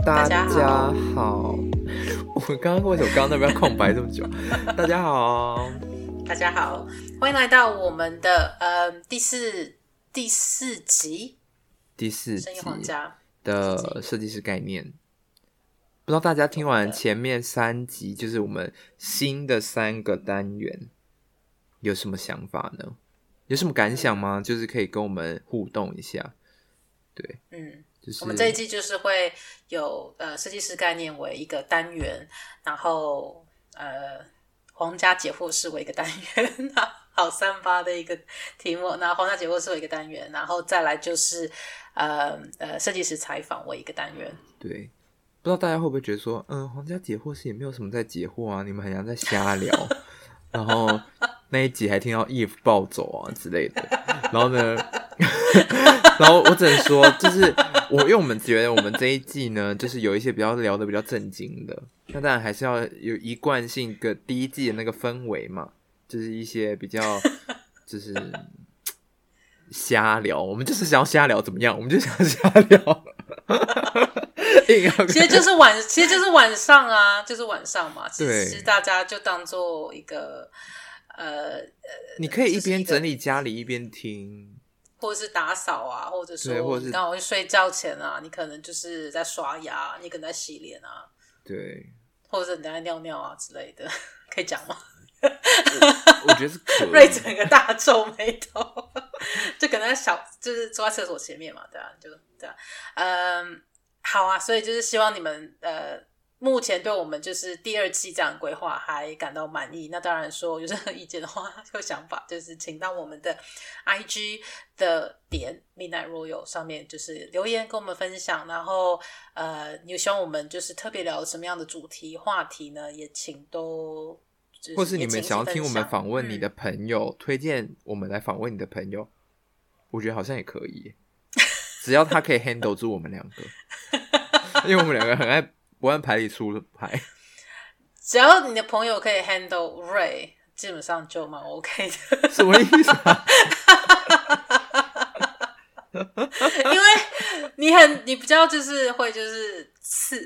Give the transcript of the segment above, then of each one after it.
大家好，我刚刚为什么刚刚那边空白这么久？大家好， 大家好，欢迎来到我们的第四集生意皇家的设计师概念。不知道大家听完前面3集，就是我们新的3个单元，有什么想法呢？有什么感想吗？就是可以跟我们互动一下。对，就是我们这一季就是会有设计师概念为一个单元，然后皇家解惑室为一个单元，好三八的一个题目。然后皇家解惑室为一个单元，然后再来就是设计师采访为一个单元。 对，不知道大家会不会觉得说，皇家解惑室也没有什么在解惑啊，你们好像在瞎聊，然后那一集还听到 Eve 暴走啊之类的，然后呢？然后我只能说，就是因为我们觉得我们这一季呢，就是有一些聊的比较正经的，那当然还是要有一贯性的第一季的那个氛围嘛，就是一些比较就是瞎聊，我们就是想要瞎聊怎么样？我们就想要瞎聊。 其实就是晚上啊，就是晚上嘛。其实大家就当做一个你可以一边整理家里一边听。 或者是打扫啊，或者说你刚好去睡觉前啊，你可能就是在刷牙，你可能在洗脸啊， 对， 或者是你在尿尿啊之类的，可以讲吗？ 我觉得是可以。 瑞整个大皱眉头，就可能就是坐在厕所前面嘛，对啊，就这样，好啊，所以就是希望你们目前对我们就是第2季这样的规划还感到满意。那当然说有任何意见的话，有想法就是请到我们的 IG 的点 Midnight Royal 上面就是留言跟我们分享。然后你希望我们就是特别聊什么样的主题话题呢？也请都、就是、 或是你们想要听我们访问你的朋友，推荐我们来访问你的朋友，我觉得好像也可以，只要他可以 handle 住我们2个，因为我们2个很爱不按牌理出牌，只要你的朋友可以 handle Ray， 基本上就蛮 OK 的。 什么意思啊？ 因为你比较就是会就是刺，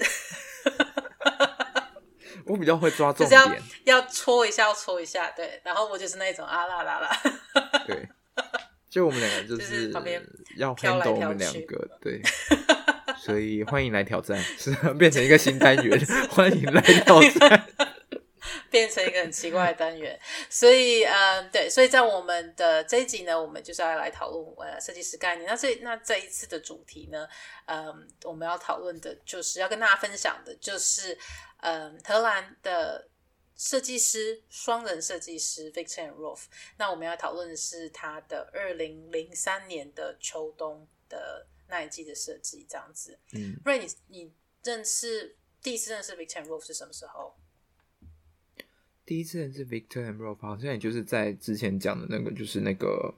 我比较会抓重点， 就是要戳一下，对。然后我就是那种啊啦啦啦， 对，就我们2个就是旁边要 handle 我们2个，对。所以欢迎来挑战，是变成一个新单元，欢迎来挑战， 变成一个很奇怪的单元。所以对，所以在我们的这一集呢，我们就是要来讨论设计师概念。那这一次的主题呢，我们要讨论的就是要跟大家分享的，就是荷兰的设计师双人设计师 Victor and Rolf。那我们要讨论的是他的2003年的秋冬的那一季的设计，这样子。Ray， 你第一次认识 Victor and Rolf 是什么时候？ 第一次认识 Victor and Rolf 好像也就是在之前讲的那个，就是那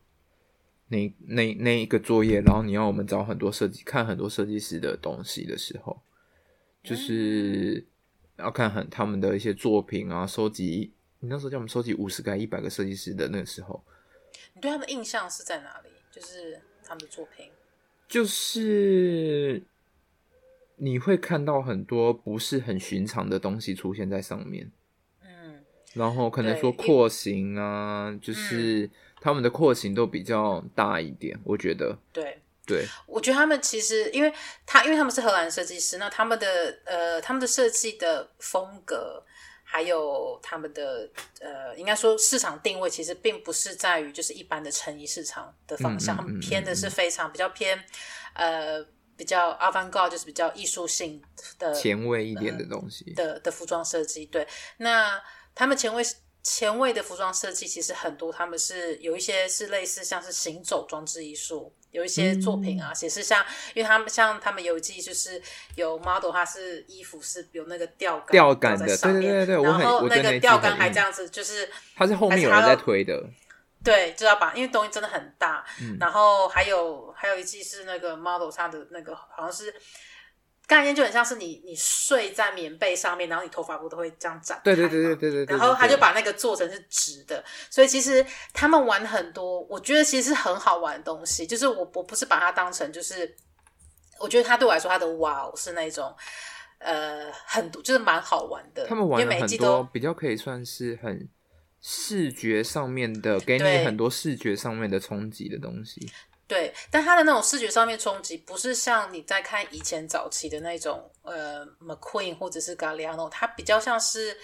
一个作业，然后你要我们找看很多设计师的东西的时候，就是要看他们的一些作品啊，收集。你那时候叫我们收集50个、100个设计师的那个时候， 你对他们的印象是在哪里？就是他们的作品。 就是你会看到很多不是很寻常的东西出现在上面，然后可能说廓形啊，就是他们的廓形都比较大一点，我觉得。对，我觉得他们其实因为他们是荷兰设计师，那他们的设计的风格，还有他们的应该说市场定位，其实并不是在于就是一般的成衣市场的方向，他们偏的是比较偏比较 avant-garde， 就是比较艺术性的前卫一点的东西的服装设计。对，那他们前卫的服装设计，其实很多他们是有一些是类似像是行走装置艺术，有一些作品啊，也是因为他们有一季就是有 model， 他是衣服是有那个吊杆的， 对， 然后那个吊杆还这样子，就是他是后面有人在推的。 对，就要因为东西真的很大，然后还有一季是那个 model 他的那个好像是概念就很像是你睡在棉被上面，然后你头发不都会这样展开吗？对，然后他就把那个做成是直的，所以其实他们玩很多，我觉得其实是很好玩的东西，就是我不是把它当成就是我觉得它对我来说，它的wow是那种很多就是蛮好玩的， 他们玩因为了每一季都很多比较可以算是很视觉上面的，给你对很多视觉上面的冲击的东西。 对，但它的那种视觉上面冲击，不是像你在看以前早期的那种McQueen 或者是 Galliano， 它比较像是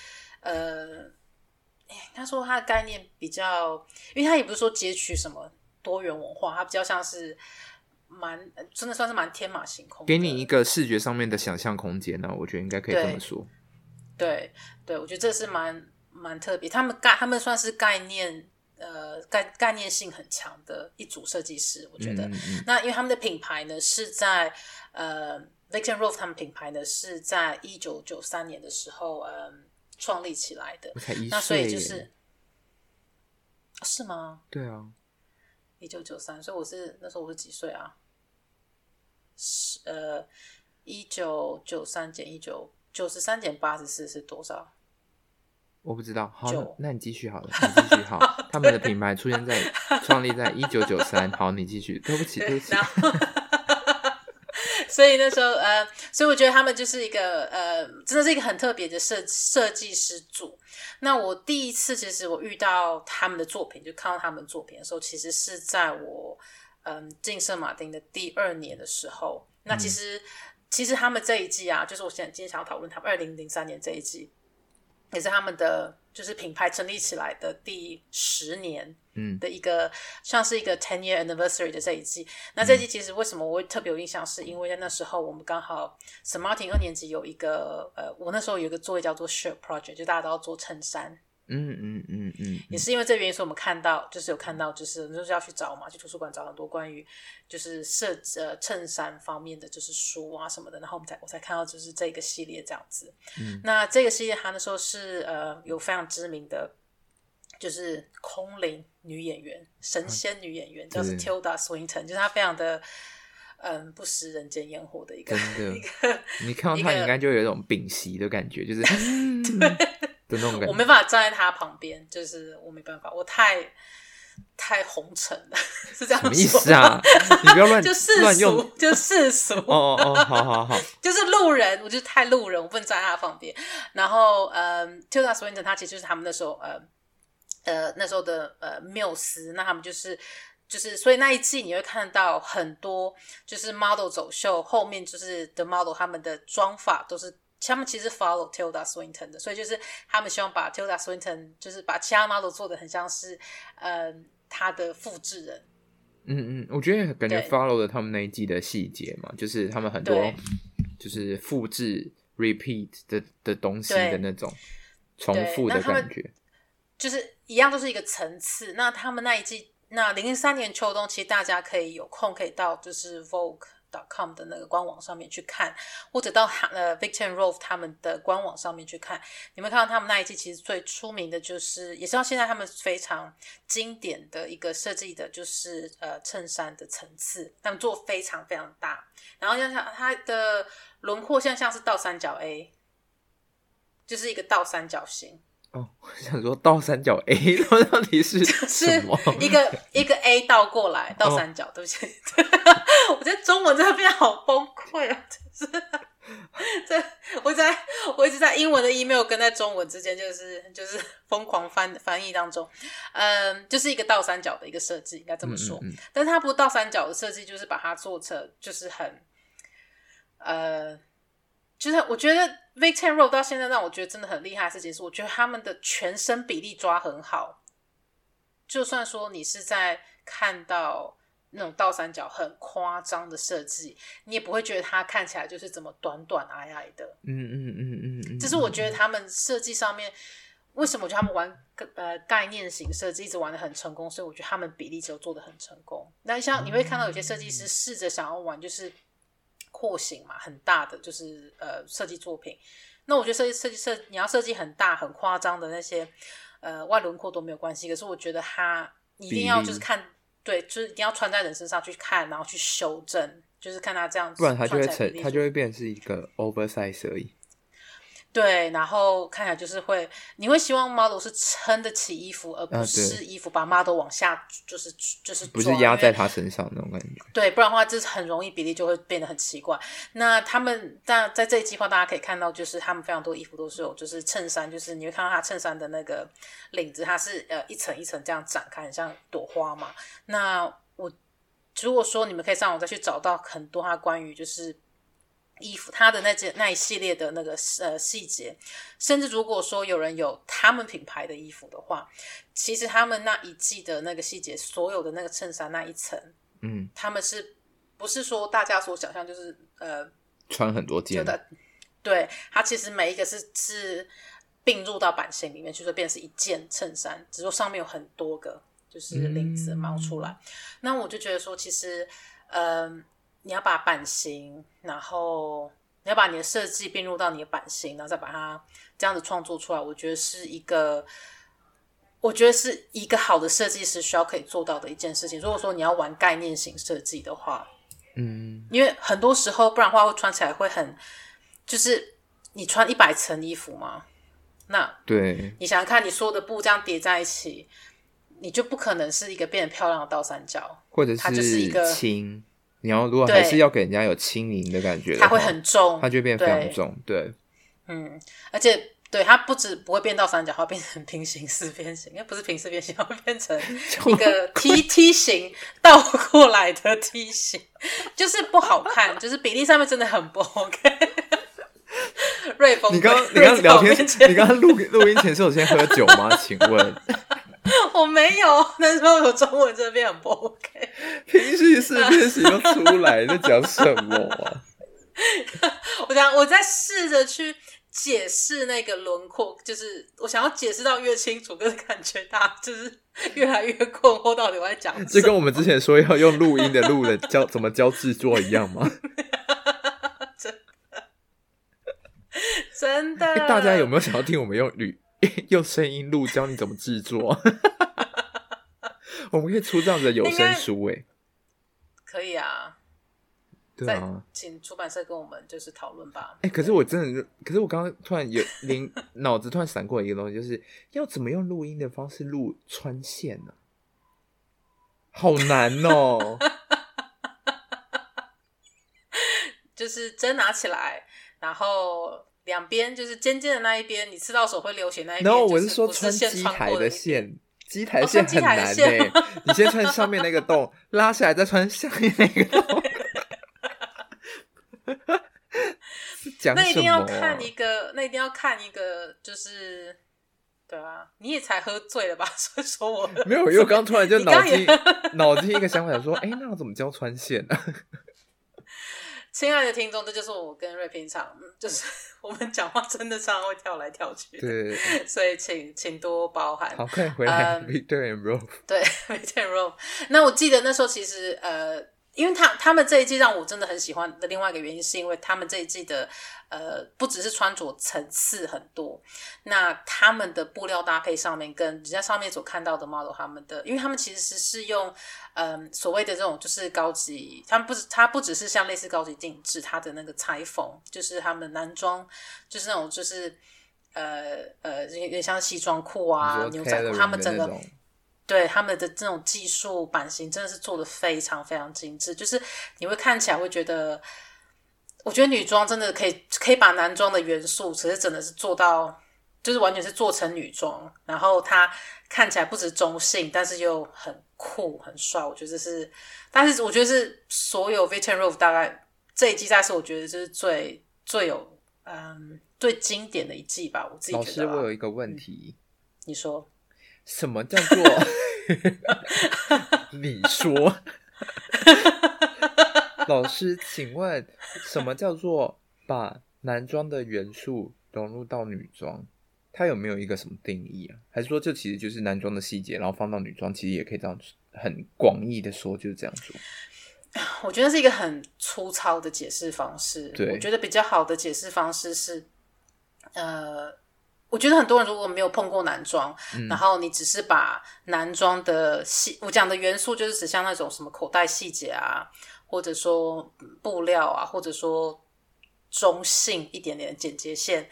他说他的概念比较，因为他也不是说截取什么多元文化，它比较像是真的算是蛮天马行空的， 给你一个视觉上面的想象空间呢，我觉得应该可以这么说。 对，我觉得这是蛮特别，他们算是概念性很强的一组设计师，我觉得。那因为他们的品牌呢是在Viktor & Rolf 他们品牌呢是在1993年的时候创立起来的。 我才1岁耶， 那所以是吗？ 对啊 ，1993，所以那时候我是几岁啊？1993减93减84是多少？ 我不知道。好， 9 那你继续好了，你继续好。他们的品牌创立在1993。好，你继续。对不起。 所以那时候所以我觉得他们就是一个真的是一个很特别的设计师组。那我第一次其实我遇到他们的作品，就看到他们作品的时候，其实是在我进圣马丁的第2年的时候。那其实他们这一季啊，就是我今天想要讨论他们2003年这一季，也是他们的就是品牌成立起来的第10年的一个像是一个 10-year anniversary 的这一季。那这一季其实为什么我会特别有印象，是因为在那时候我们刚好 St. Martin 2年级有一个我那时候有一个作业叫做 shirt project， 就大家都要做衬衫。也是因为这原因，所以我们有看到就是要去找嘛，去图书馆找很多关于就是衬衫方面的就是书啊什么的，然后我才看到就是这个系列这样子。那这个系列它那时候是有非常知名的就是空灵女演员，神仙女演员，叫是 Tilda Swinton， 就是她非常的不食人间烟火的一个， 真的你看到她应该就有一种屏息的感觉，就是的那种感觉。 我没办法站在她旁边，就是我没办法，我太红尘了，是这样说。 什么意思啊？你不要乱就世俗，就世俗。 好， 就是路人，我就是太路人，我不能站在她旁边。然后Tilda Swinton 她其实就是他们那时候那时候的缪斯，那他们就是所以那一季你会看到很多就是 model 走秀后面就是 the model 他们的妆发都是他们其实 follow Tilda Swinton 的，所以就是他们希望把 Tilda Swinton 就是把其他 model 做的很像是他的复制人。 我觉得感觉 follow 了他们那一季的细节嘛，就是他们很多就是复制 repeat 的东西的那种重复的感觉， 就是一样都是一个层次。那他们那一季，那2003年秋冬，其实大家可以有空可以到就是 Vogue.com 的那个官网上面去看，或者到Viktor & Rolf 他们的官网上面去看。你们看到他们那一季其实最出名的就是也是到现在他们非常经典的一个设计的就是衬衫的层次，他们做非常非常大，然后像它的轮廓像是倒三角 A， 就是一个倒三角形。 我想说倒三角 A 到底是什么？ 就是一个 A 倒过来倒三角，对不起。我觉得中文真的变得好崩溃啊！我一直在英文的 email 跟在中文之间就是疯狂翻译当中。就是一个倒三角的一个设计，应该这么说。但是它不是倒三角的设计，就是把它做成就是很就是我觉得 Viktor & Rolf 到现在让我觉得真的很厉害的事情是，我觉得他们的全身比例抓很好。就算说你是在看到那种倒三角很夸张的设计，你也不会觉得它看起来就是怎么短短矮矮的。这是我觉得他们设计上面为什么我觉得他们玩概念型设计一直玩得很成功，所以我觉得他们比例就做得很成功。那像你会看到有些设计师试着想要玩就是廓形嘛，很大的就是设计作品。那我觉得你要设计很大很夸张的那些外轮廓都没有关系，可是我觉得它一定要就是看，对，就是一定要穿在人身上去看，然后去修正，就是看它这样子， 不然它就会变成是一个 oversize 而已。 对，然后看起来就是你会希望 model 是撑得起衣服，而不是衣服把 model 往下就是不是压在他身上那种感觉。 对，不然的话，就是很容易比例就会变得很奇怪。那在这一季的话，大家可以看到，就是他们非常多衣服都是有，就是衬衫，就是你会看到他衬衫的那个领子，它是一层一层这样展开，很像朵花嘛。那如果说你们可以上网再去找到很多他关于就是衣服它的那一系列的那个细节，甚至如果说有人有他们品牌的衣服的话，其实他们那一季的那个细节，所有的那个衬衫那一层，他们是不是说大家所想象就是穿很多件？ 对，它其实每一个是并入到版型里面去，就变成是一件衬衫，只是说上面有很多个就是领子冒出来。那我就觉得说，其实你要把版型，然后你要把你的设计并入到你的版型，然后再把它这样子创作出来，我觉得是一个好的设计师需要可以做到的一件事情。如果说你要玩概念型设计的话，因为很多时候不然的话会穿起来会很，就是你穿100层衣服嘛，那对， 你想想看，你所有的布这样叠在一起，你就不可能是一个变得漂亮的倒三角， 或者它就是一个轻。你要如果还是要给人家有轻盈的感觉的话， 它会很重， 它就会变非常重。对， 而且对它不会变倒三角，它会变成平行四边形，因为不是平四边形，它会变成一个梯形倒过来的梯形，就是不好看，就是比例上面真的很不 OK。瑞丰， 你刚聊天，你刚刚录音前是有先喝酒吗？请问？ 我没有，那时候有中文这边很不 OK。 平行四边形都出来，在讲什么啊？ 我在试着去解释那个轮廓，就是我想要解释到越清楚，可是感觉大家就是越来越困惑，到底我在讲什么？ 就跟我们之前说要用录音的录的怎么教制作一样吗？ 真的、 大家有没有想要听我们用声音录教你怎么制作？我们可以出这样子的有声书可以啊， 对啊， 再请出版社跟我们就是讨论吧。 可是我刚刚突然脑子突然闪过一个东西，就是要怎么用录音的方式录穿线呢？好难哦！ 就是针拿起来，然后两边就是尖尖的那一边，你吃到手会流血那一边。 然后我是说穿机台的线，机台线很难你先穿上面那个洞，拉下来再穿下面那个洞。讲什么啊？ 那一定要看一个，就是对啊，你也才喝醉了吧？所以说我没有，因为我刚突然就脑筋一个想法，说，那我怎么教穿线呢？ 亲爱的听众，这就是我跟瑞平常，就是我们讲话真的常常会跳来跳去， 对， 所以请多包涵。 好，快回来，Victor and Rolf。 对 ，Victor and Rolf。那我记得那时候其实因为他们这一季让我真的很喜欢的另外一个原因，是因为他们这一季的不只是穿着层次很多，那他们的布料搭配上面跟人家上面所看到的 model 他们的，因为他们其实是用所谓的这种就是高级，他不只是像类似高级定制，他的那个裁缝就是他们男装就是那种就是有点像西装裤啊牛仔裤，他们整个。对他们的这种技术版型真的是做得非常非常精致，就是你会看起来会觉得，我觉得女装真的可以把男装的元素，其实真的是做到，就是完全是做成女装，然后它看起来不止中性，但是又很酷很帅。我觉得但是我觉得是所有 Victor and Rolf 大概这一季赛是我觉得就是最有最经典的一季吧，我自己觉得。 老师，我有一个问题， 你说。 什么叫做你说老师请问什么叫做把男装的元素融入到女装，它有没有一个什么定义啊？还是说这其实就是男装的细节然后放到女装，其实也可以这样很广义的说就是这样做？ 我觉得是一个很粗糙的解释方式。 对， 我觉得比较好的解释方式是我觉得很多人如果没有碰过男装，然后你只是把男装的我讲的元素就是指像那种什么口袋细节啊，或者说布料啊，或者说中性一点点的剪接线，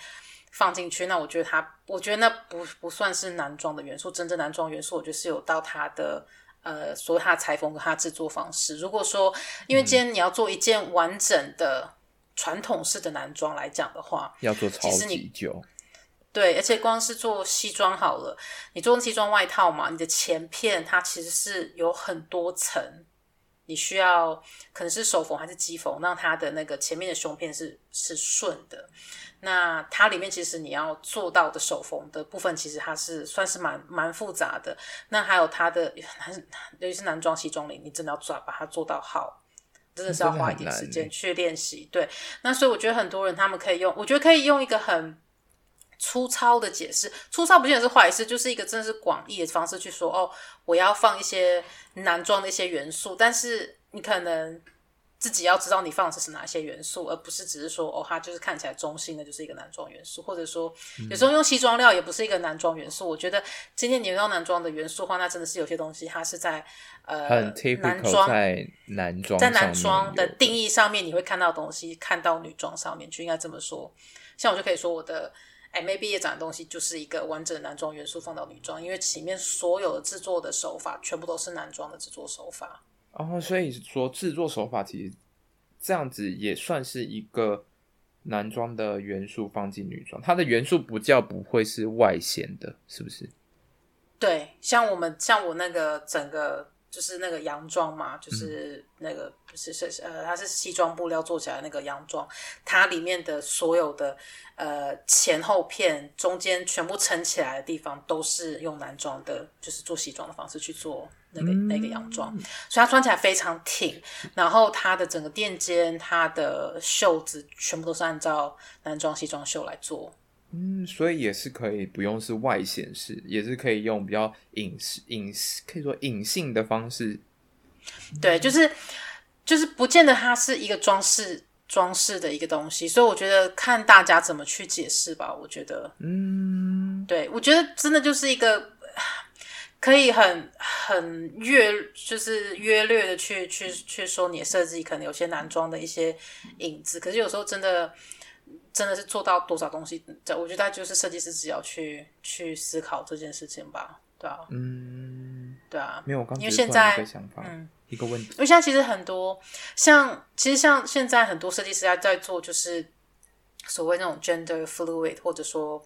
放进去，那我觉得那不算是男装的元素，真正男装元素，我觉得是有到它的所谓它的裁缝跟它制作方式。如果说，因为今天你要做一件完整的传统式的男装来讲的话， 要做超级久。 对，而且光是做西装好了，你做西装外套嘛，你的前片它其实是有很多层，你需要可能是手缝还是机缝，让它的那个前面的胸片是顺的。那它里面其实你要做到的手缝的部分，其实它是算是蛮复杂的。那还有它的，尤其是男装西装里，你真的要把它做到好，真的是要花一点时间去练习。对，那所以我觉得很多人他们可以用，我觉得可以用一个很粗糙的解释，粗糙不见得是坏事，就是一个真的是广义的方式去说，哦，我要放一些男装的一些元素，但是你可能自己要知道你放的是哪些元素，而不是只是说，哦，它就是看起来中性的就是一个男装元素，或者说有时候用西装料也不是一个男装元素。我觉得今天你用男装的元素的话，那真的是有些东西它是在很 typical 在男装的定义上面你会看到的东西看到女装上面去，应该这么说。像我就可以说我的MA 毕业展的东西就是一个完整的男装元素放到女装，因为里面所有的制作的手法全部都是男装的制作手法。 所以说制作手法其实这样子也算是一个男装的元素放进女装，它的元素不会是外显的，是不是？ 对，像我那个整个就是那个洋装嘛，就是那个它是西装布料做起来的那个洋装，它里面的所有的前后片中间全部撑起来的地方都是用男装的，就是做西装的方式去做那个洋装，所以它穿起来非常挺，然后它的整个垫肩、它的袖子全部都是按照男装西装袖来做。 所以也是可以不用是外显式，也是可以用比较可以说隐性的方式。 对，就是不见得它是一个装饰的一个东西，所以我觉得看大家怎么去解释吧。我觉得，对，我觉得真的就是一个可以很就是约略的去说你的设计可能有些男装的一些影子，可是有时候真的是做到多少东西，我觉得就是设计师只要去思考这件事情吧，对啊，对啊， 没有，我刚因为现在一个想法，一个问题， 因为现在其实很多像现在很多设计师在做就是所谓那种 gender fluid 或者说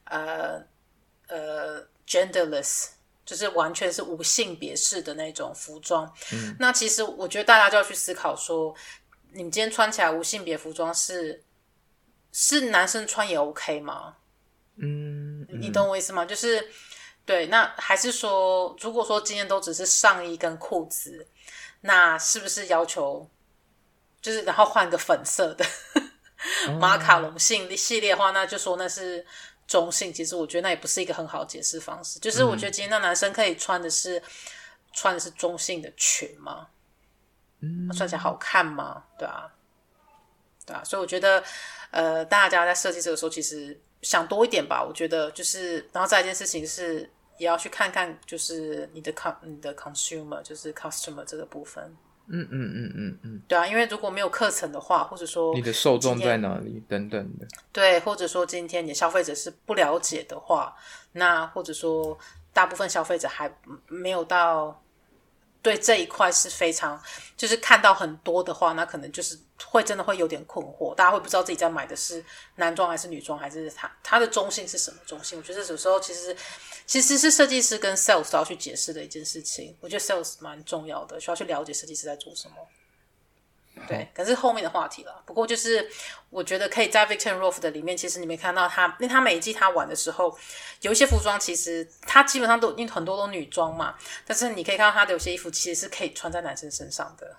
genderless， 就是完全是无性别式的那种服装。那其实我觉得大家就要去思考说，你们今天穿起来无性别服装是男生穿也 OK 吗？你懂我意思吗？就是对，那还是说，如果说今天都只是上衣跟裤子，那是不是要求就是然后换个粉色的马卡龙系列的话，那就说那是中性。其实我觉得那也不是一个很好的解释方式。就是我觉得今天那男生可以穿的是中性的裙吗？穿起来好看吗？对啊，对啊，所以我觉得大家在设计这个时候其实想多一点吧。我觉得就是然后再一件事情是也要去看看就是你的 consumer 就是 customer 这个部分。对啊，因为如果没有课程的话，或者说你的受众在哪里等等的， 对，或者说今天你的消费者是不了解的话，那或者说大部分消费者还没有到对这一块是非常就是看到很多的话，那可能就是真的会有点困惑，大家会不知道自己在买的是男装还是女装，还是它的中性是什么中性。我觉得有时候其实是设计师跟 sales 都要去解释的一件事情。我觉得 sales 蛮重要的，需要去了解设计师在做什么。对，可是后面的话题了。不过就是我觉得可以在 Viktor & Rolf 的里面，其实你没看到他，因为他每一季他玩的时候，有一些服装其实他基本上都因为很多都女装嘛，但是你可以看到他的有些衣服其实是可以穿在男生身上的。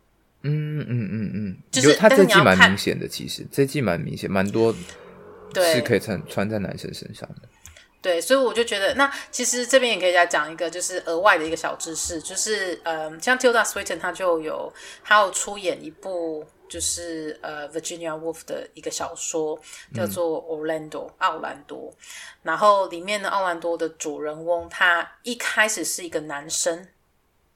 就是他这季蛮明显的，其实这季蛮明显，蛮多是可以穿在男生身上的。 对，所以我就觉得，那其实这边也可以再讲一个，就是额外的一个小知识，就是像 Tilda Swinton 他有出演一部就是Virginia Woolf 的一个小说，叫做 Orlando 奥兰多，然后里面的奥兰多的主人翁他一开始是一个男生，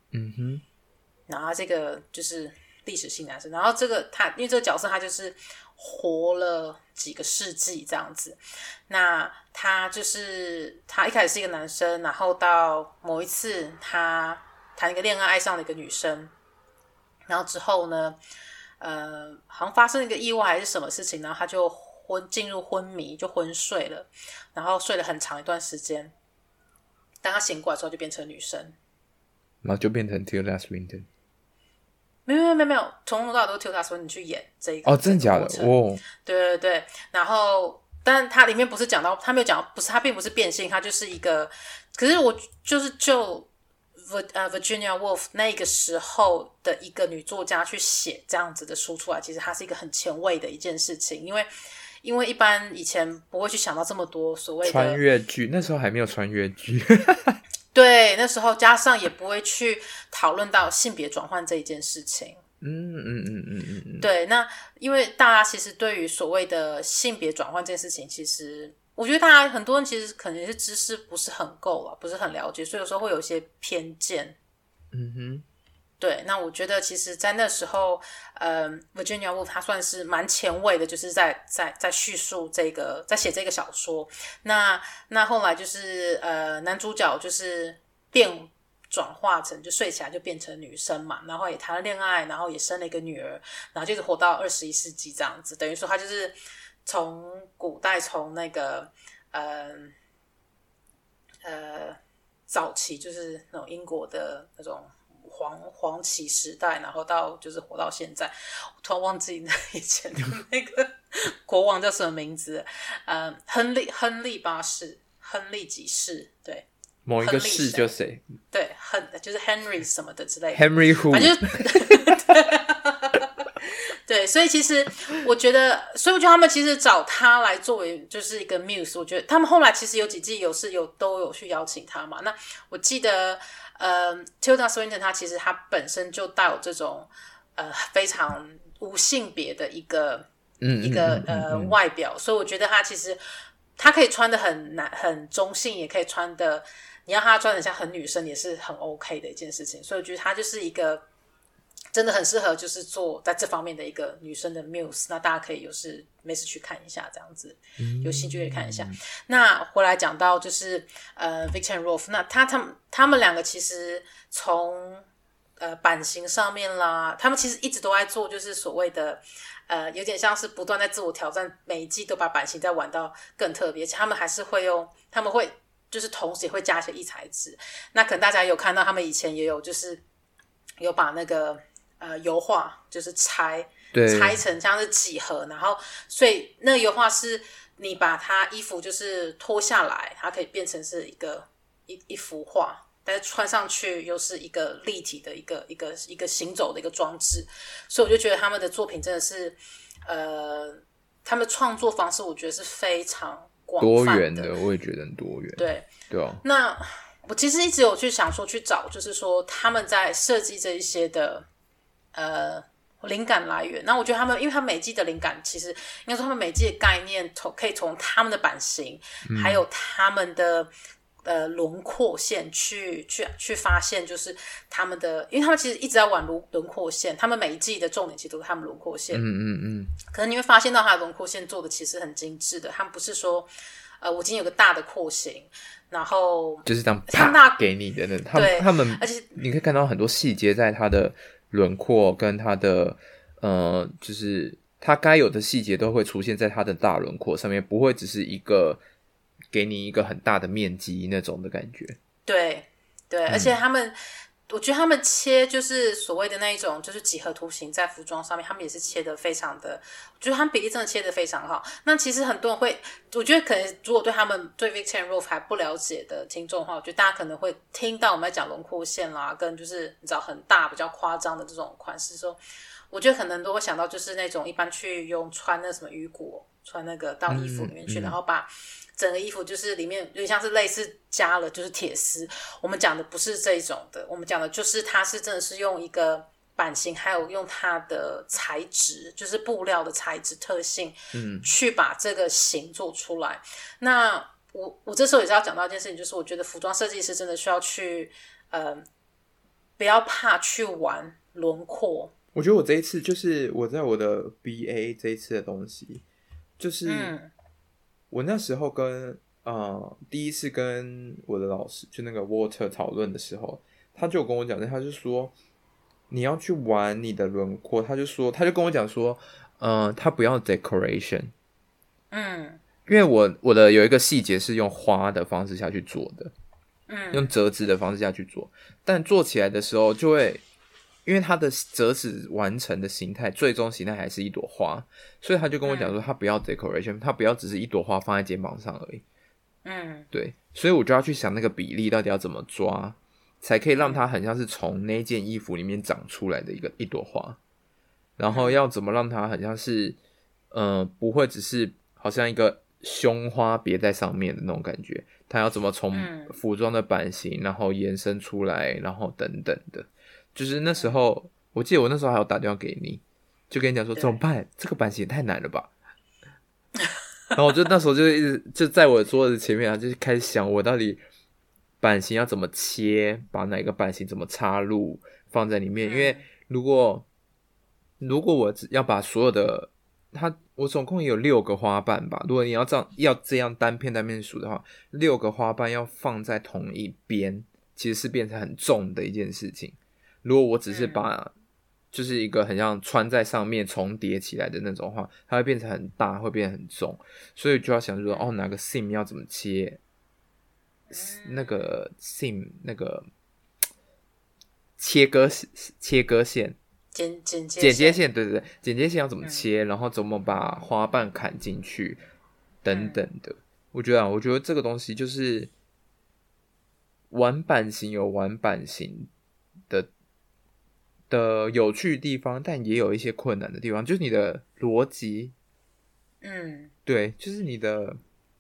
然后这个就是历史性男生，然后这个他因为这个角色他就是活了几个世纪这样子。那他一开始是一个男生，然后到某一次他谈一个恋爱，爱上了一个女生，然后之后呢好像发生一个意外还是什么事情，然后他就进入昏迷，就昏睡了，然后睡了很长一段时间。当他醒过来之后，就变成女生， 然后就变成 Tilda Swinton。 没有，从头到尾都是 Tilda Swinton 去演这一个。 真的假的？哦， 对，然后但他里面不是讲到，他没有讲，不是，他并不是变性，他就是一个。可是我就是Virginia Woolf 那个时候的一个女作家去写这样子的书出来，其实它是一个很前卫的一件事情，因为一般以前不会去想到这么多所谓的穿越剧，那时候还没有穿越剧。 对，那时候加上也不会去讨论到性别转换这一件事情。对，那因为大家其实对于所谓的性别转换这件事情，其实我觉得大家很多人其实可能是知识不是很够了，不是很了解，所以有时候会有一些偏见。对，那我觉得其实在那时候Virginia Woolf 她算是蛮前卫的，就是在叙述这个，在写这个小说。那后来就是男主角就是转化成，就睡起来就变成女生嘛，然后也谈了恋爱，然后也生了一个女儿，然后就是活到21世纪这样子。等于说他就是从古代，从那个早期就是那种英国的那种黄旗时代，然后到就是活到现在。我突然忘记以前的那个国王叫什么名字，亨利八世，亨利几世，对， 某一个世就谁？ 对，就是 Henry 什么的之类的。 Henry who？ 反正对，所以其实我觉得他们其实找他来作为就是一个 muse， 我觉得他们后来其实有几季都有去邀请他嘛。那我记得Tilda Swinton 他其实他本身就带有这种非常无性别的一个外表，所以我觉得他其实他可以穿的很中性，也可以穿的你让他穿的像很女生也是很 OK 的一件事情。所以我觉得他就是一个真的很适合就是做在这方面的一个女生的 muse。那大家可以没事去看一下这样子，有兴趣可以看一下。那回来讲到就是Victor and Rolf， 那他们两个其实从版型上面啦，他们其实一直都在做就是所谓的有点像是不断在自我挑战，每一季都把版型再玩到更特别，他们还是会他们会就是同时也会加一些异材质。那可能大家有看到他们以前也有就是有把那个油画就是拆成像是几何，然后所以那个油画是你把它衣服就是脱下来，它可以变成是一幅画，但是穿上去又是一个立体的一个行走的一个装置。所以我就觉得他们的作品真的是他们的创作方式我觉得是非常广泛的， 多元的，我也觉得很多元。对啊。 那我其实一直有去想说去找就是说他们在设计这一些的灵感来源。那我觉得因为他们每季的灵感其实应该说他们每季的概念可以从他们的版型还有他们的轮廓线去发现，就是他们的，因为他们其实一直在玩轮廓线，他们每一季的重点其实都是他们轮廓线。可能你会发现到他的轮廓线做的其实很精致的，他们不是说我今天有个大的廓形，然后就是这样啪给你的那他们， 而且你可以看到很多细节在他的轮廓跟他的就是他该有的细节都会出现在他的大轮廓上面，不会只是给你一个很大的面积那种的感觉。 对，而且我觉得他们切就是所谓的那一种就是几何图形在服装上面，他们也是切的非常的，我觉得他们比例真的切的非常好。那其实很多人我觉得可能如果对Victor and Rolf 还不了解的听众的话，我觉得大家可能会听到我们在讲轮廓线啦，跟就是你知道很大比较夸张的这种款式的时候，我觉得可能都会想到就是那种一般去穿那什么雨果，穿那个到衣服里面去，然后把整个衣服就是里面有点像是类似加了就是铁丝。我们讲的不是这一种的，我们讲的就是它是真的是用一个版型还有用它的材质，就是布料的材质特性去把这个型做出来。那我这时候也是要讲到一件事情，就是我觉得服装设计师真的需要去不要怕去玩轮廓。 我觉得我这一次就是我在我的 BA 这一次的东西，就是我那时候第一次跟我的老师就那个 Water 讨论的时候，他就跟我讲，他就说你要去玩你的轮廓，他就跟我讲说，他不要 decoration，因为我的有一个细节是用花的方式下去做的，用折纸的方式下去做，但做起来的时候就会。因为它的折纸完成的形态，最终形态还是一朵花，所以他就跟我讲说，他不要 decoration，他不要只是一朵花放在肩膀上而已。对，所以我就要去想那个比例到底要怎么抓，才可以让它很像是从那件衣服里面长出来的一朵花，然后要怎么让它很像是，不会只是好像一个胸花别在上面的那种感觉，它要怎么从服装的版型，然后延伸出来，然后等等的。就是那时候，我记得我那时候还有打电话给你，就跟你讲说怎么办？这个版型也太难了吧！然后我就那时候就一直就在我桌子前面啊，就开始想我到底版型要怎么切，把哪个版型怎么插入放在里面。因为如果我只要把所有的我总共也有6个花瓣吧。如果你要这样单片数的话，6个花瓣要放在同一边，其实是变成很重的一件事情。如果我只是把就是一个很像穿在上面重叠起来的那种话，它会变成很大，会变得很重，所以就要想说哪个 seam 要怎么切，那个 seam 那个切割线。剪接线，对，剪接线要怎么切，然后怎么把花瓣砍进去，等等的。我觉得这个东西就是玩版型有玩版型的有趣的地方，但也有一些困难的地方，就是你的逻辑，对，就是你的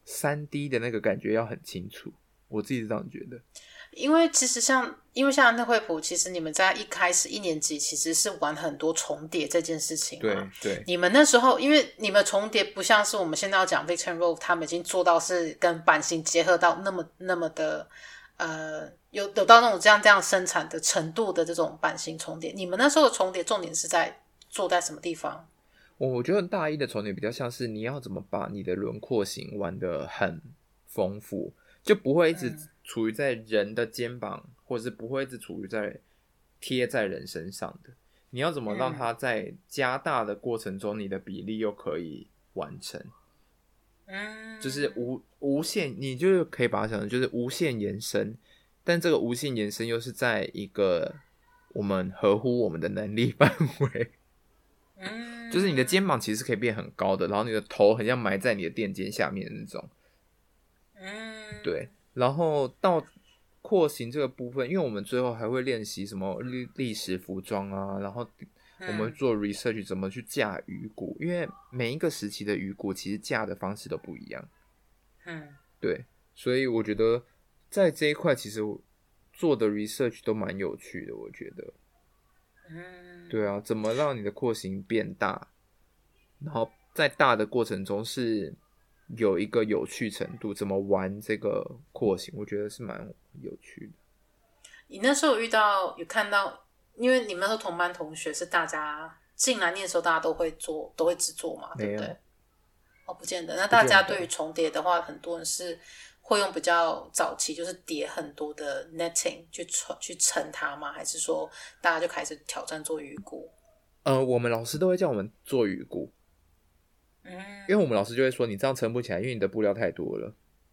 3D 的那个感觉要很清楚，我自己是这样觉得。 因为其实像那惠普，其实你们在一开始1年级其实是玩很多重叠这件事情嘛。 对。 你们那时候，因为你们重叠不像是我们现在要讲 Victor and Rolf， 他们已经做到是跟版型结合到那么的有到那种这样生产的程度的这种版型重叠。你们那时候的重叠重点是做在什么地方？ 我觉得大一的重叠比较像是你要怎么把你的轮廓型玩得很丰富，就不会一直处于在人的肩膀，或者是不会一直处于在贴在人身上的。你要怎么让它在加大的过程中，你的比例又可以完成？就是无限，你就可以把它想成就是无限延伸，但这个无限延伸又是在一个我们合乎我们的能力范围。就是你的肩膀其实可以变很高的，然后你的头很像埋在你的垫肩下面的那种。对。然后到廓形这个部分，因为我们最后还会练习什么历史服装啊，然后我们做 research 怎么去架鱼骨，因为每一个时期的鱼骨其实架的方式都不一样。对，所以我觉得在这一块其实做的 research 都蛮有趣的，我觉得。对啊，怎么让你的廓形变大，然后在大的过程中是有一个有趣程度，怎么玩这个廓形，我觉得是蛮有趣的。 你那时候有看到，因为你们那时候同班同学是大家进来念的时候，大家都会制作嘛，对不对？不见得。那大家对于重叠的话，很多人是会用比较早期就是叠很多的 netting 去撑它吗？还是说大家就开始挑战做鱼骨？ 我们老师都会叫我们做鱼骨。因为我们老师就会说你这样撑不起来，因为你的布料太多了。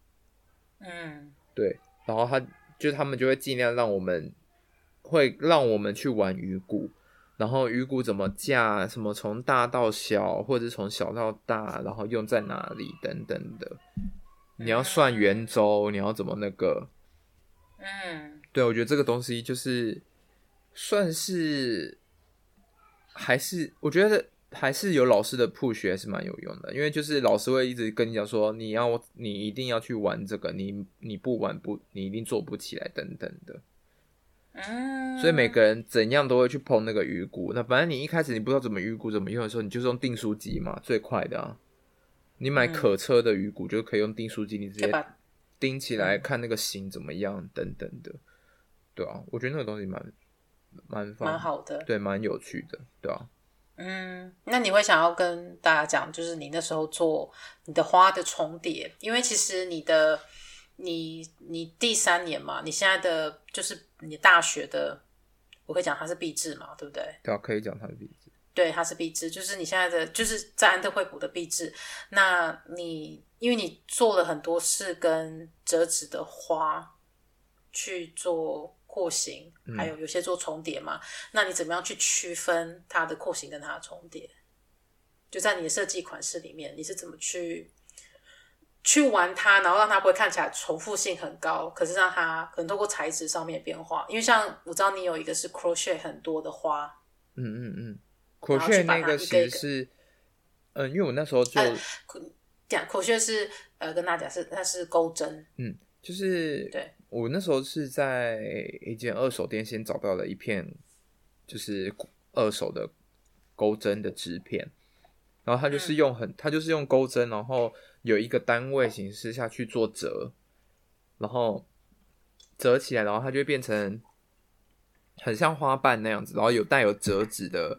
对，然后他们就会尽量让我们去玩鱼骨，然后鱼骨怎么架，什么从大到小，或者从小到大，然后用在哪里等等的。你要算圆周，你要怎么那个？对，我觉得这个东西就是算是我觉得还是有老师的 push 还是蛮有用的，因为就是老师会一直跟你讲说，你一定要去玩这个，你不玩你一定做不起来等等的。所以每个人怎样都会去碰那个鱼骨。那反正你一开始你不知道鱼骨怎么用的时候，你就是用订书机嘛，最快的啊。你买可车的鱼骨就可以用订书机，你直接钉起来看那个形怎么样等等的。对啊，我觉得那个东西蛮好的， 对，蛮有趣的，对啊。 那你会想要跟大家讲，就是你那时候做你的花的重叠，因为其实你第3年嘛，你现在的就是你大学的，我可以讲它是毕制嘛，对不对？ 对啊，可以讲它是毕制。 对，它是毕制，就是你现在的就是在安特惠普的毕制。那因为你做了很多是跟折纸的花去做廓形，还有些做重叠嘛，那你怎么样去区分它的廓形跟它的重叠？就在你的设计款式里面，你是怎么去玩它，然后让它不会看起来重复性很高，可是让它可能透过材质上面变化？因为像我知道你有一个是 crochet 很多的花 crochet 那个其实是因为我那时候就 crochet 是跟大家讲它是钩针， 就是对， 我那时候是在一间二手店先找到了一片就是二手的钩针的织片，然后它就是用钩针，然后有一个单位形式下去做折，然后折起来，然后它就会变成很像花瓣那样子，然后带有折纸的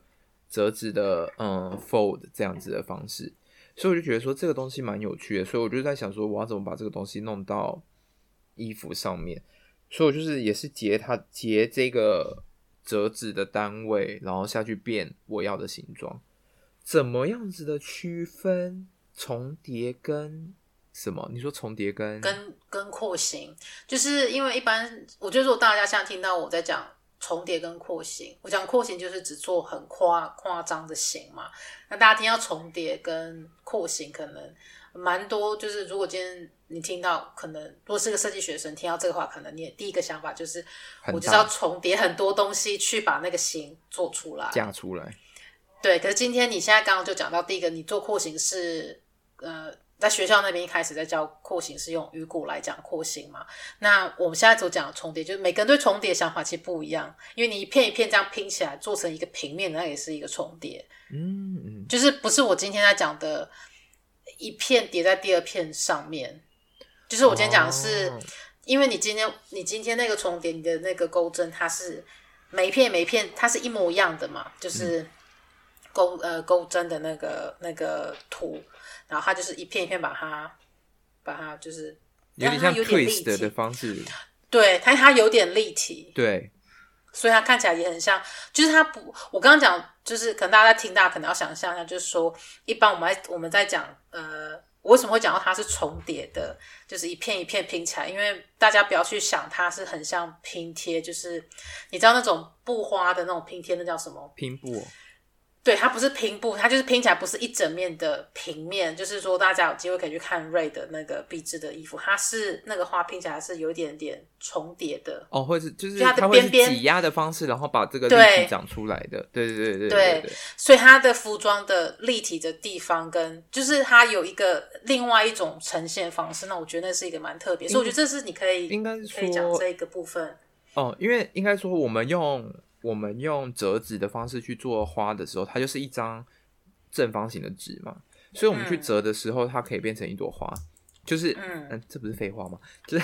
fold 这样子的方式，所以我就觉得说这个东西蛮有趣的，所以我就在想说我要怎么把这个东西弄到衣服上面，所以我就是也是截这个折纸的单位，然后下去变我要的形状。怎么样子的区分重叠跟什么？你说重叠跟廓形，就是因为一般我觉得如果大家现在听到我在讲重叠跟廓形，我讲廓形就是只做很夸张的形嘛，那大家听到重叠跟廓形可能蛮多，就是如果今天你听到，可能如果是个设计学生听到这个话，可能你第一个想法就是我就是要重叠很多东西去把那个形做出来架出来。 对，可是今天你现在刚刚就讲到第一个，你做廓形是在学校那边一开始在教廓形是用鱼骨来讲廓形嘛，那我们现在所讲的重叠，就是每个人对重叠想法其实不一样，因为你一片一片这样拼起来做成一个平面，那也是一个重叠。就是不是我今天在讲的一片叠在第二片上面，就是我今天讲的是因为你今天那个重叠，你的那个钩针它是每一片它是一模一样的嘛，就是钩针的那个图，然后它就是一片一片把它就是有点像 twist 的方式， 对，它有点立体， 对， 所以它看起来也很像，就是它不，我刚刚讲就是可能大家在听，大家可能要想象一下，就是说一般我们在讲我为什么会讲到它是重叠的，就是一片一片拼起来，因为大家不要去想它是很像拼贴，就是你知道那种布花的那种拼贴，那叫什么？ 拼布对，它不是拼布，它就是拼起来不是一整面的平面，就是说大家有机会可以去看Ray的那个壁纸的衣服，它是那个花拼起来是有一点点重叠的会是就是它的会是边边挤压的方式，然后把这个立体长出来的，对， 所以它的服装的立体的地方跟就是它有一个另外一种呈现方式，那我觉得那是一个蛮特别，所以我觉得这是你可以应该是说可以讲这一个部分因为应该说我们用折纸的方式去做花的时候，它就是一张正方形的纸嘛，所以我们去折的时候，它可以变成一朵花，就是这不是废话吗？就是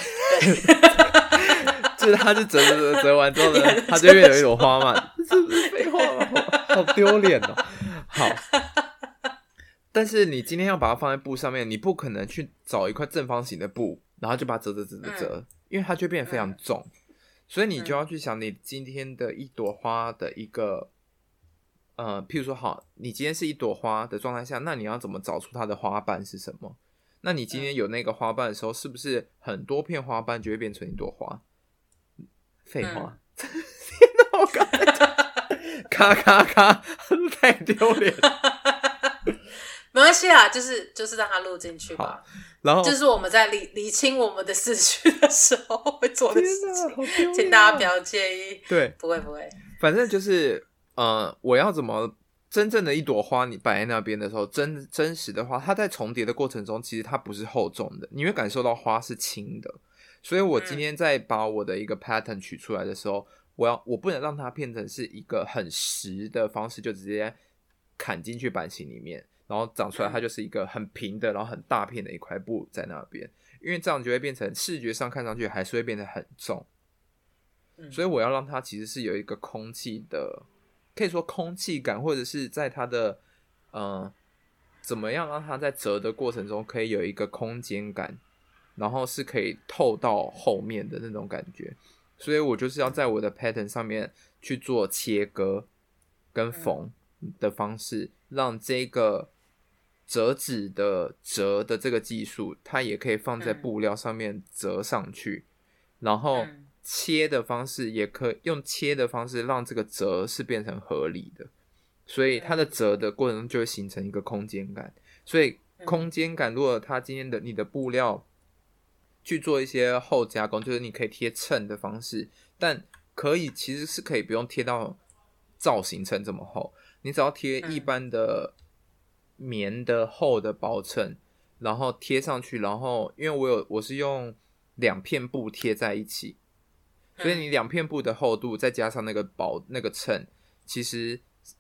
就是它是折完之后呢，它就会有一朵花嘛，这不是废话吗？好丢脸哦。好，但是你今天要把它放在布上面，你不可能去找一块正方形的布，然后就把它折，因为它就会变得非常重。所以你就要去想，你今天的一朵花的一个，譬如说，好，你今天是一朵花的状态下，那你要怎么找出它的花瓣是什么？那你今天有那个花瓣的时候，是不是很多片花瓣就会变成一朵花？废话，天哪，我刚才咔咔咔，太丢脸了。 没关系啦，就是让它录进去吧。 然后这是我们在理清我们的思绪的时候会做的事情，请大家不要介意。 对， 不会， 反正就是我要怎么真正的一朵花你摆在那边的时候，真实的花，它在重叠的过程中，其实它不是厚重的，你会感受到花是轻的。所以我今天在把我的一个 pattern 取出来的时候，我不能让它变成是一个很实的方式，就直接砍进去版型里面。然后长出来它就是一个很平的，然后很大片的一块布在那边，因为这样就会变成视觉上看上去还是会变得很重。 所以我要让它其实是有一个空气的，可以说空气感，或者是在它的怎么样让它在折的过程中可以有一个空间感，然后是可以透到后面的那种感觉。所以我就是要在我的 pattern 上面去做切割跟缝的方式，让这个折纸的折的这个技术，它也可以放在布料上面折上去，然后切的方式也可以用切的方式让这个折是变成合理的，所以它的折的过程中就会形成一个空间感。所以空间感，如果它今天的你的布料去做一些后加工，就是你可以贴衬的方式，但其实是可以不用贴到造型衬这么厚，你只要贴一般的棉的厚的薄衬，然后贴上去，然后因为我是用2片布贴在一起，所以你2片布的厚度再加上那个衬，其实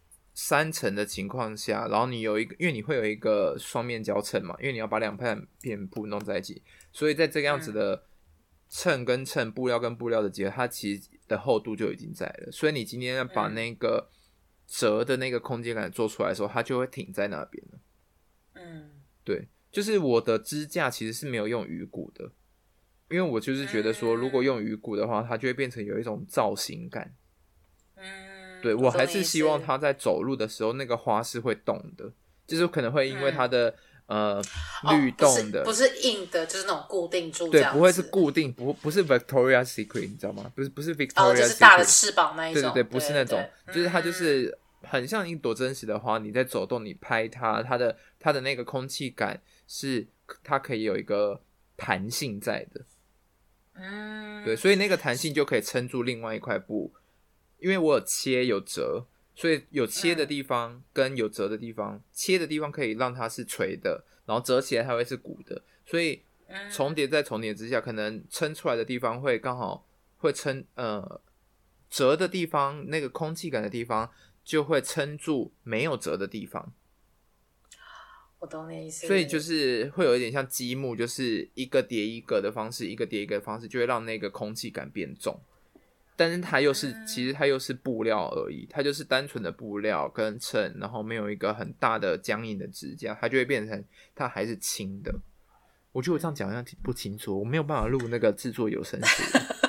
3层的情况下，然后你有一个，因为你会有一个双面胶衬嘛，因为你要把2片布弄在一起，所以在这个样子的衬跟衬，布料跟布料的结合，它其实的厚度就已经在了，所以你今天要把那个折的那个空间感做出来的时候，它就会挺在那边了。对，就是我的支架其实是没有用鱼骨的，因为我就是觉得说，如果用鱼骨的话，它就会变成有一种造型感。对，我还是希望它在走路的时候，那个花是会动的，就是可能会因为它的律动的， 不是硬的，就是那种固定住这对， 样子， 不会是固定，不是 Victoria's Secret， 你知道吗？不是 Victoria's Secret， 就是大的翅膀那一种， 对，不是那种，就是它就是很像一朵真实的花，你在走动，你拍它的那个空气感是它可以有一个弹性在的，对，所以那个弹性就可以撑住另外一块布。因为我有切有折，所以有切的地方跟有折的地方，切的地方可以让它是垂的，然后折起来它会是鼓的，所以重叠在重叠之下，可能撑出来的地方会刚好会撑折的地方，那个空气感的地方就会撑住没有折的地方。 我懂你意思。 所以就是会有一点像积木，就是一个叠一个的方式，一个叠一个的方式，就会让那个空气感变重。但是它其实它又是布料而已，它就是单纯的布料跟衬，然后没有一个很大的僵硬的支架，它就会变成它还是轻的。我觉得我这样讲好像不清楚，我没有办法录那个制作有声书。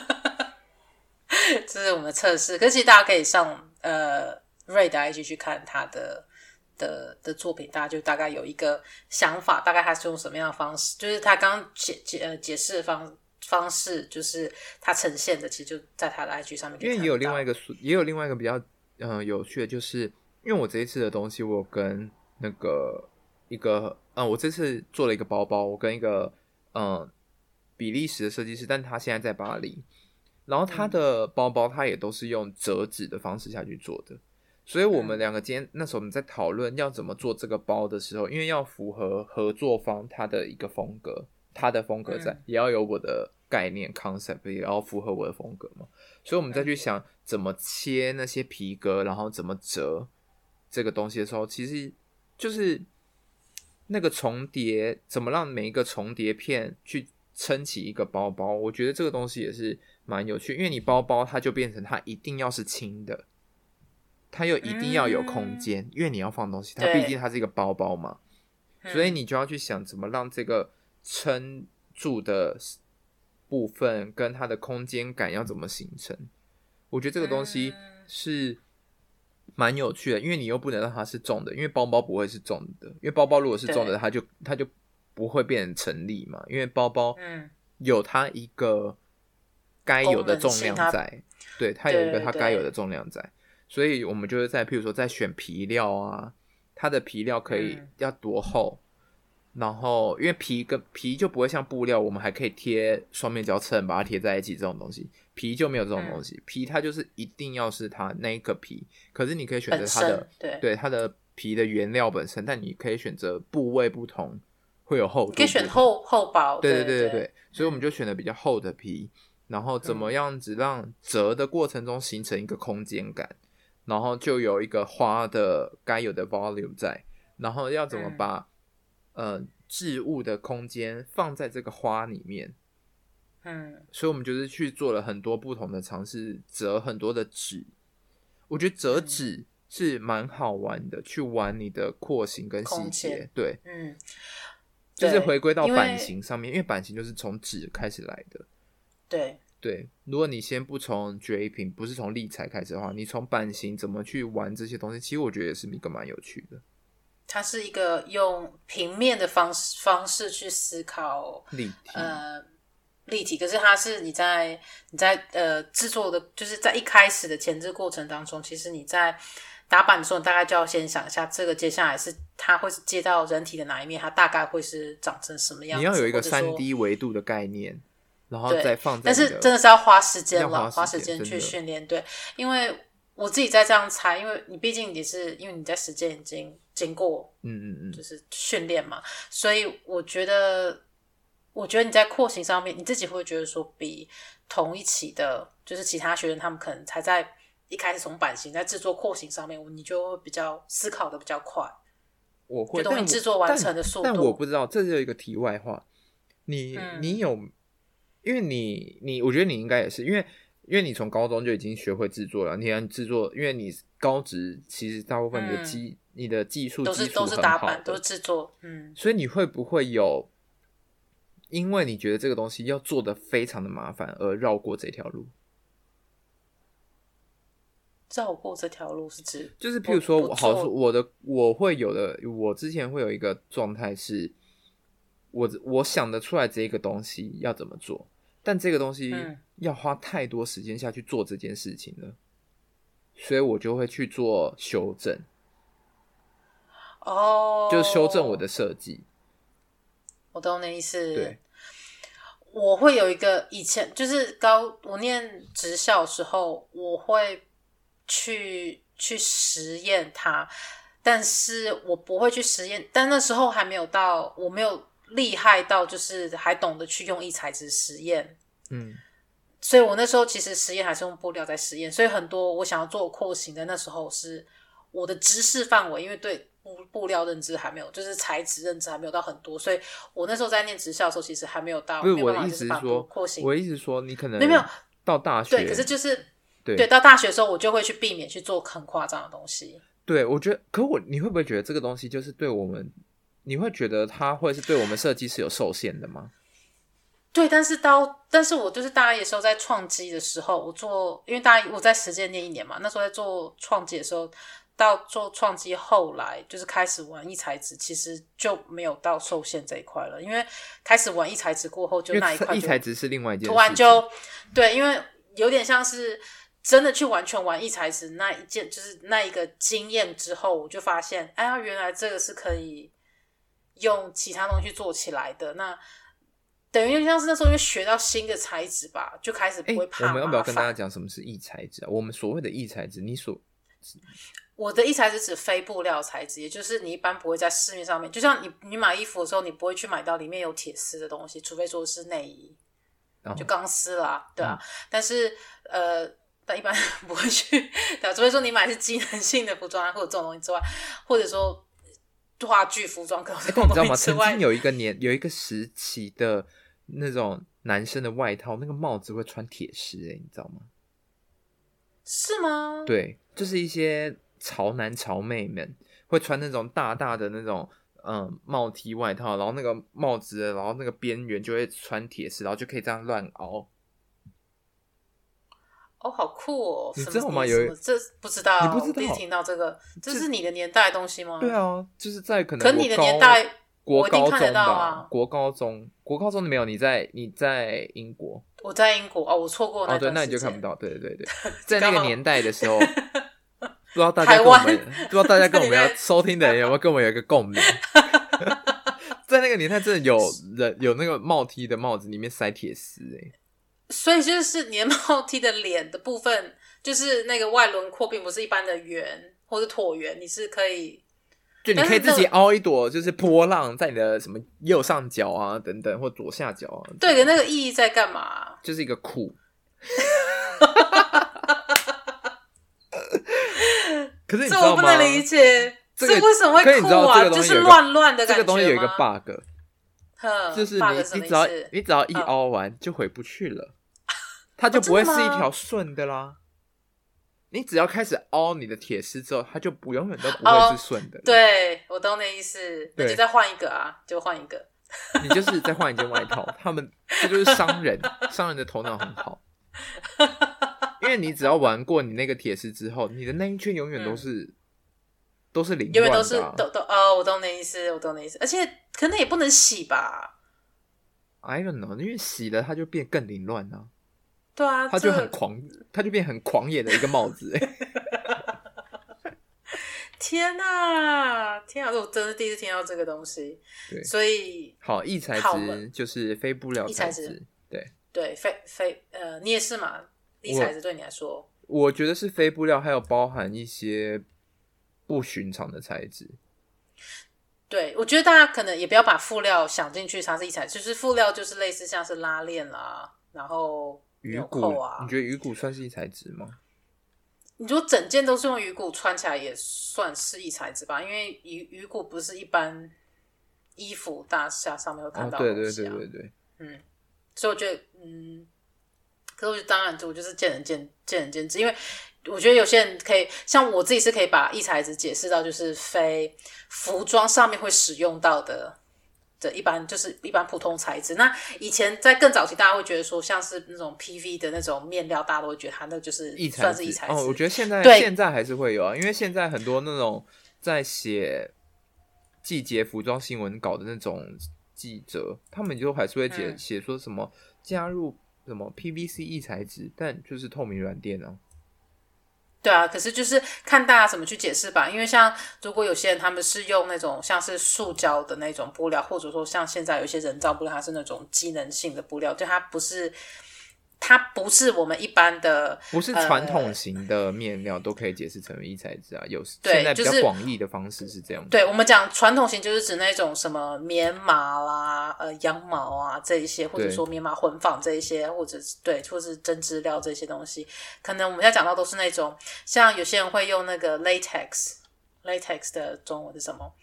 这是我们的测试，可是其实大家可以上Ray 的 IG 去看他的作品，大家就大概有一个想法，大概他是用什么样的方式，就是他刚刚解释的方式，就是它呈现的，其实就在他的 IG 上面可以看到。因为也有另外一个比较有趣的，就是因为我这一次的东西，我跟那个我这次做了一个包包，我跟一个比利时的设计师，但他现在在巴黎，然后他的包包他也都是用折纸的方式下去做的，所以我们两个今天那时候我们在讨论要怎么做这个包的时候，因为要符合合作方他的一个风格。他的风格在，也要有我的概念 concept， 也要符合我的风格嘛。所以我们再去想怎么切那些皮革，然后怎么折这个东西的时候，其实就是那个重叠，怎么让每一个重叠片去撑起一个包包。我觉得这个东西也是蛮有趣，因为你包包它就变成它一定要是轻的，它又一定要有空间，因为你要放东西，它毕竟它是一个包包嘛，所以你就要去想怎么让这个撑住的部分跟它的空间感要怎么形成。我觉得这个东西是蛮有趣的，因为你又不能让它是重的，因为包包不会是重的，因为包包如果是重的，它就不会变成成立嘛，因为包包有它一个该有的重量在，对，它有一个它该有的重量在，所以我们就是譬如说在选皮料啊，它的皮料可以要多厚，然后因为皮就不会像布料，我们还可以贴双面胶衬把它贴在一起，这种东西皮就没有这种东西，皮它就是一定要是它那一个皮，可是你可以选择它的对它的皮的原料本身，但你可以选择部位不同会有厚度， 可以选厚薄， 对，所以我们就选了比较厚的皮，然后怎么样子让折的过程中形成一个空间感，然后就有一个花的该有的 volume 在，然后要怎么把置物的空间放在这个花里面， 所以我们就是去做了很多不同的尝试，折很多的纸。我觉得折纸是蛮好玩的，去玩你的廓形跟细节，对，就是回归到版型上面，因为版型就是从纸开始来的，对，如果你先不从 draping， 不是从立裁开始的话，你从版型怎么去玩这些东西，其实我觉得也是一个蛮有趣的。 它是一个用平面的方式去思考立体，可是它是你在制作的，就是在一开始的前置过程当中，其实你在打板的时候，你大概就要先想一下，这个接下来是它会是接到人体的哪一面，它大概会是长成什么样子。 你要有一个 3D 维度的概念，然后再放在但是真的是要花时间了，花时间去训练。对，因为我自己在这样猜，因为你毕竟也是因为你在实践已经经过就是训练嘛，所以我觉得你在廓形上面，你自己会觉得说比同一期的就是其他学员他们可能才在一开始从版型在制作廓形上面，你就会比较思考的比较快， 我会就东西制作完成的速度。 但我不知道，这是一个题外话。你有，因为你我觉得你应该也是，因为你从高中就已经学会制作了，你看制作，因为你高职其实大部分你的技术基础都是打板，都是制作， 所以你会不会有，因为你觉得这个东西要做得非常的麻烦而绕过这条路？ 绕过这条路是指就是譬如说我会有的，我之前会有一个状态是我想得出来这个东西要怎么做，但这个东西要花太多时间下去做这件事情了，所以我就会去做修正，就是修正我的设计。 我懂你的意思。 对， 我会有一个以前就是我念职校的时候，我会去实验它，但是我不会去实验，但那时候还没有到，我没有厉害到就是还懂得去用异材质实验，所以我那时候其实实验还是用布料在实验，所以很多我想要做廓形的那时候是我的知识范围，因为对布料认知还没有，就是材质认知还没有到很多，所以我那时候在念职校的时候其实还没有到， 不是没有办法我的意思是说，我的意思是说你可能没有到大学， 对，可是就是对到大学的时候我就会去避免去做很夸张的东西。 对，我觉得你会不会觉得这个东西就是对我们，你会觉得它会是对我们设计是有受限的吗？ 对，但是我就是大一的时候在创基的时候，因为我在实践念1年嘛，那时候在做创基的时候，到做创基后来就是开始玩异材质，其实就没有到受限这一块了，因为开始玩异材质过后，就那一块就异材质是另外一件事情， 突然就对，因为有点像是真的去完全玩异材质那一件，就是那一个经验之后，我就发现，哎呀，原来这个是可以用其他东西做起来的。那等于像是那时候就学到新的材质吧，就开始不会怕麻烦。 我们要不要跟大家讲什么是异材质啊？我们所谓的异材质， 我的异材质指非布料材质，也就是你一般不会在市面上面，就像你买衣服的时候，你不会去买到里面有铁丝的东西，除非说是内衣，就钢丝啦，对啊。但是但一般不会去，除非说你买的是机能性的服装或者这种东西之外，或者说话剧服装，可能这种东西之外， 你知道吗？曾经有一个时期的那种男生的外套，那个帽子会穿铁丝，你知道吗？ 是吗？ 对，就是一些潮男潮妹们会穿那种大大的那种帽 T 外套，然后那个帽子，然后那个边缘就会穿铁丝，然后就可以这样乱凹。 哦，好酷哦！ 你知道吗？ 这不知道， 你不知道？ 第一次听到这个，这是你的年代的东西吗？ 对啊，就是在可你的年代， 国高中吧， 啊、 国高中没有，你在英国， 我在英国哦，我错过那段时间， 对，那你就看不到，对，在那个年代的时候，不知道大家跟我们要收听的人有没有跟我们有一个共鸣？在那个年代，真的有那个帽 T 的帽子里面塞铁丝所以就是你的帽 T 的脸的部分，就是那个外轮廓并不是一般的圆或是椭圆，你是可以， 就你可以自己凹一朵就是波浪在你的什么右上角啊等等，或左下角啊。 对的，那个意义在干嘛？ 就是一个酷。可是你知道吗？ 这我不能理解，这为什么会酷啊？就是乱乱的感觉吗？ 这个东西有一个 bug。 就是 ，bug 什么意思？ 你只要一凹完就回不去了，它就不会是一条顺的啦。你只要开始凹你的铁丝之后，它就永远都不会是顺的。 对，我懂你意思，那就再换一个啊，就换一个。 你就是再换一件外套，这就是商人，商人的头脑很好。因为你只要玩过你那个铁丝之后，你的那一圈永远都是凌乱的、啊， 永远都是我懂你意思，而且可能也不能洗吧 ？I don't know， 因为洗了它就变更凌乱啊。 对啊， 它就变很狂野的一个帽子。 天哪！我真的第一次听到这个东西。 对， 所以好，异材质就是非布料材质。 对，你也是嘛？异材质对你来说， 我觉得是非布料，还有包含一些不寻常的材质。 对，我觉得大家可能也不要把布料想进去，它是异材质，就是布料就是类似像是拉链啦，然后纽扣啊。 你觉得鱼骨算是异材质吗？ 你说整件都是用鱼骨穿起来也算是异材质吧，因为鱼骨不是一般衣服大厦上面会看到的东西啊。 对， 所以我觉得，可是我觉得当然，我就是见仁见智，因为我觉得有些人可以，像我自己是可以把异材质解释到就是非服装上面会使用到的一般普通材质。那以前在更早期，大家会觉得说，像是那种 PV 的那种面料，大家都会觉得它那就是算是异材质。 我觉得现在还是会有啊，因为现在很多那种在写季节服装新闻稿的那种记者，他们就还是会写说什么加入什么 PVC 异材质，但就是透明软垫啊。 对啊，可是就是看大家怎么去解释吧。因为像如果有些人他们是用那种像是塑胶的那种布料，或者说像现在有一些人造布料，它是那种机能性的布料，就它不是我们一般的， 不是传统型的面料都可以解释成为异材质啊。 对， 现在比较广义的方式是这样子。 对，我们讲传统型就是指那种什么棉麻啦、羊毛啊这一些，或者说棉麻混纺这一些，或者是针织料这些东西。可能我们现在讲到都是那种，像有些人会用那个 latex 的中文是什么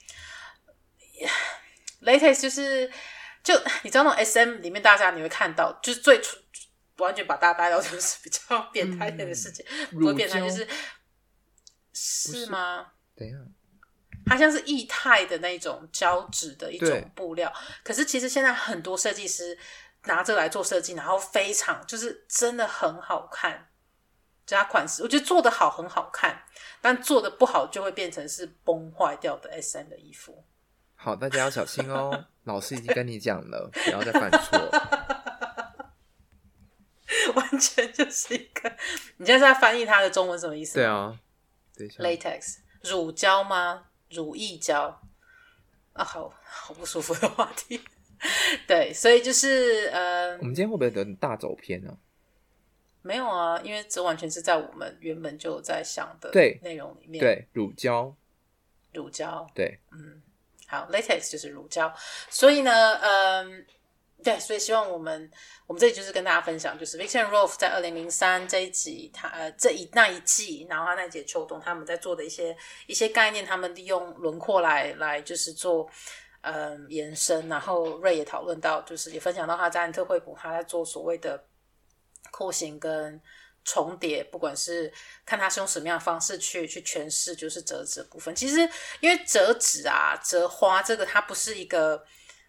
？latex 就你知道那种 SM 里面大家你会看到，就是完全把大家带到就是比较变态一点的事情，不是变态是吗？ 等一下， 它像是液态的那种胶质的一种布料，可是其实现在很多设计师拿这个来做设计，然后非常就是真的很好看，就它款式我觉得做得好很好看，但做得不好就会变成是崩坏掉的 SM 的衣服。 好，大家要小心哦，老师已经跟你讲了，不要再犯错。 完全就是一个，你现在是在翻译它的中文什么意思？ 对啊，等一下 ，latex 乳胶吗？乳液胶啊，好不舒服的话题。对，所以就是我们今天会不会得大走偏呢？ 没有啊，因为这完全是在我们原本就有在想的内容里面。 对，乳胶，对， 好 ，latex 就是乳胶，所以呢，对，所以希望我们这里就是跟大家分享，就是 Viktor and Rolf 在2003这一集，那一季，然后他那一节秋冬他们在做的一些概念，他们利用轮廓来就是做延伸，然后Ray也讨论到，就是也分享到他在安特惠普他在做所谓的廓形跟重叠，不管是看他是用什么样的方式去诠释，就是折纸的部分。其实因为折纸啊、折花这个，它不是一个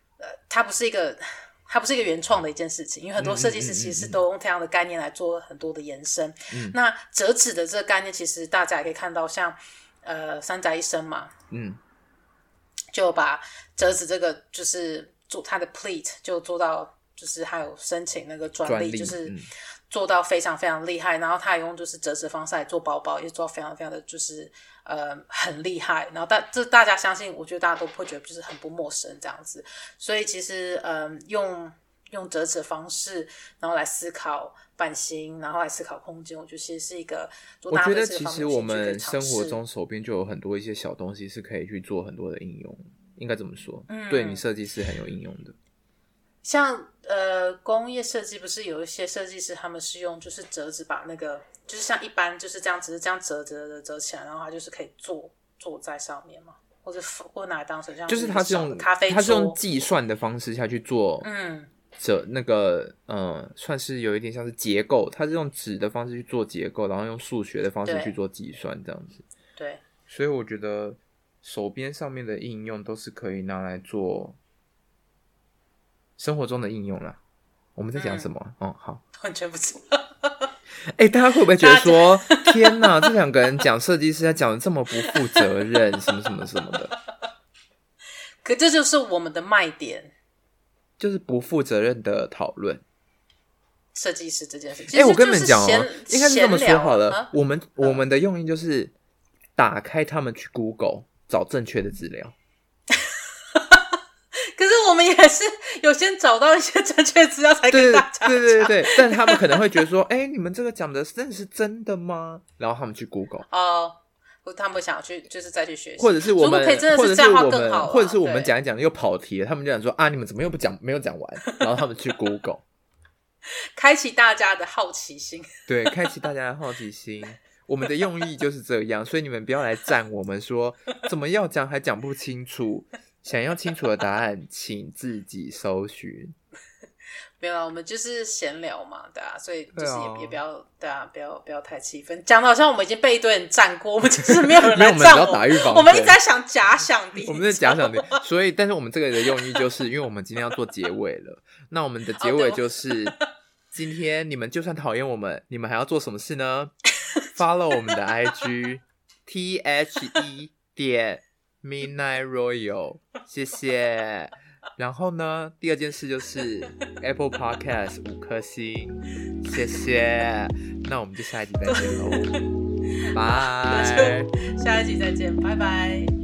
原创的一件事情，因为很多设计师其实都用这样的概念来做很多的延伸。那折纸的这个概念，其实大家也可以看到，像三宅一生嘛，就把折纸这个就是做他的 pleat 就做到，就是还有申请那个专利，就是做到非常非常厉害。然后他也用就是折纸的方式来做包包，也做到非常非常的就是很厉害。然后这大家相信，我觉得大家都不会觉得就是很不陌生这样子。所以其实用折纸的方式，然后来思考版型，然后来思考空间，我觉得其实是一个我觉得其实我们生活中手边就有很多一些小东西是可以去做很多的应用，应该这么说，对你设计师很有应用的。 像工业设计不是有一些设计师他们是用就是折纸把那个就是像一般就是这样只是这样折起来，然后它就是可以坐在上面嘛。 或拿来当成像就是它是用咖啡桌， 它是用计算的方式下去做，那个算是有一点像是结构，它是用纸的方式去做结构，然后用数学的方式去做计算这样子。 对， 所以我觉得手边上面的应用都是可以拿来做生活中的应用啦。我们在讲什么？好， 完全不知道。 大家会不会觉得说，天哪，这两个人讲设计师，他讲的这么不负责任，什么什么什么的？ 可这就是我们的卖点， 就是不负责任的讨论。 设计师这件事，我跟你们讲应该是这么说好了，我们的用意就是打开他们去 Google 找正确的资料。 可是我们也是有先找到一些正确资料才跟大家讲。 对，但他们可能会觉得说，你们这个讲的真的是真的吗？然后他们去 Google 他们想要去就是再去学习， 或者是我们， 或者是我们讲一讲又跑题了，他们就想说你们怎么又没有讲完？然后他们去 Google 开启大家的好奇心。对， 开启大家的好奇心。我们的用意就是这样，所以你们不要来赞我们说怎么要讲还讲不清楚。想要清楚的答案，请自己搜寻。 没有啦，我们就是闲聊嘛，对啊，所以就是也不要，对啊，不要太气愤，讲的好像我们已经被一堆人赞过，我们就是没有人来赞我们， 我们一直在想假想敌， 我们在假想敌，所以，但是我们这个的用意就是，因为我们今天要做结尾了，那我们的结尾就是，今天你们就算讨厌我们，你们还要做什么事呢？follow 我们的 IG THE.Midnight Royal， 谢谢。然后呢，第二件事就是 Apple Podcast 5颗星，谢谢。那我们就下一集再见喽，拜。 下一集再见，拜拜。